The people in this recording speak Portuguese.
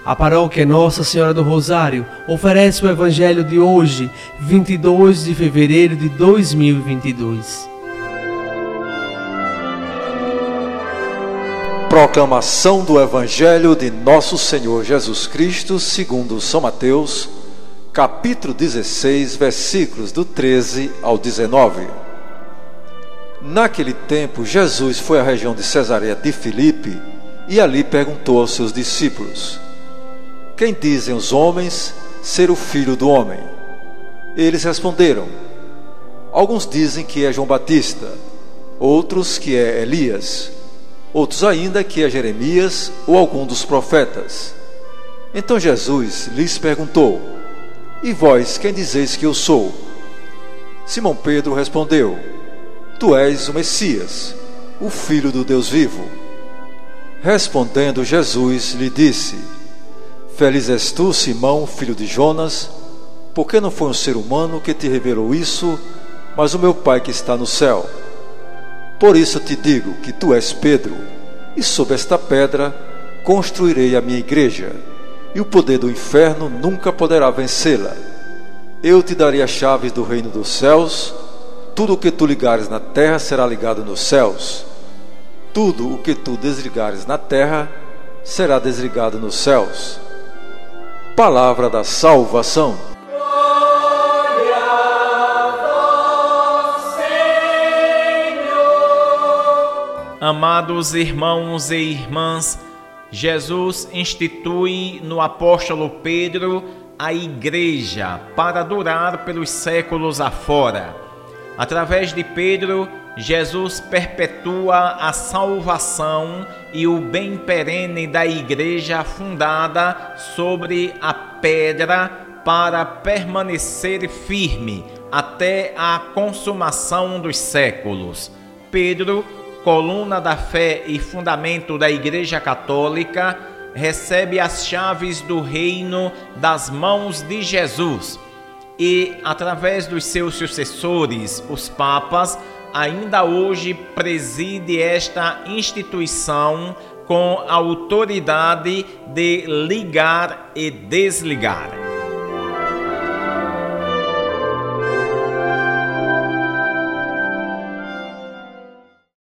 A paróquia Nossa Senhora do Rosário oferece o Evangelho de hoje, 22 de fevereiro de 2022. Proclamação do Evangelho de Nosso Senhor Jesus Cristo, segundo São Mateus, capítulo 16, versículos do 13 ao 19. Naquele tempo, Jesus foi à região de Cesareia de Filipe e ali perguntou aos seus discípulos: quem dizem os homens ser o Filho do Homem? Eles responderam: alguns dizem que é João Batista, outros que é Elias, outros ainda que é Jeremias ou algum dos profetas. Então Jesus lhes perguntou: e vós, quem dizeis que eu sou? Simão Pedro respondeu: tu és o Messias, o Filho do Deus vivo. Respondendo Jesus lhe disse: feliz és tu, Simão, filho de Jonas, porque não foi um ser humano que te revelou isso, mas o meu Pai que está no céu. Por isso te digo que tu és Pedro, e sobre esta pedra construirei a minha igreja, e o poder do inferno nunca poderá vencê-la. Eu te darei as chaves do reino dos céus. Tudo o que tu ligares na terra será ligado nos céus. Tudo o que tu desligares na terra será desligado nos céus. Palavra da salvação. Glória a vós, Senhor. Amados irmãos e irmãs, Jesus institui no apóstolo Pedro a igreja para durar pelos séculos afora. Através de Pedro, Jesus perpetua a salvação e o bem perene da igreja fundada sobre a pedra para permanecer firme até a consumação dos séculos. Pedro, coluna da fé e fundamento da Igreja Católica, recebe as chaves do reino das mãos de Jesus e, através dos seus sucessores, os papas, ainda hoje preside esta instituição com a autoridade de ligar e desligar.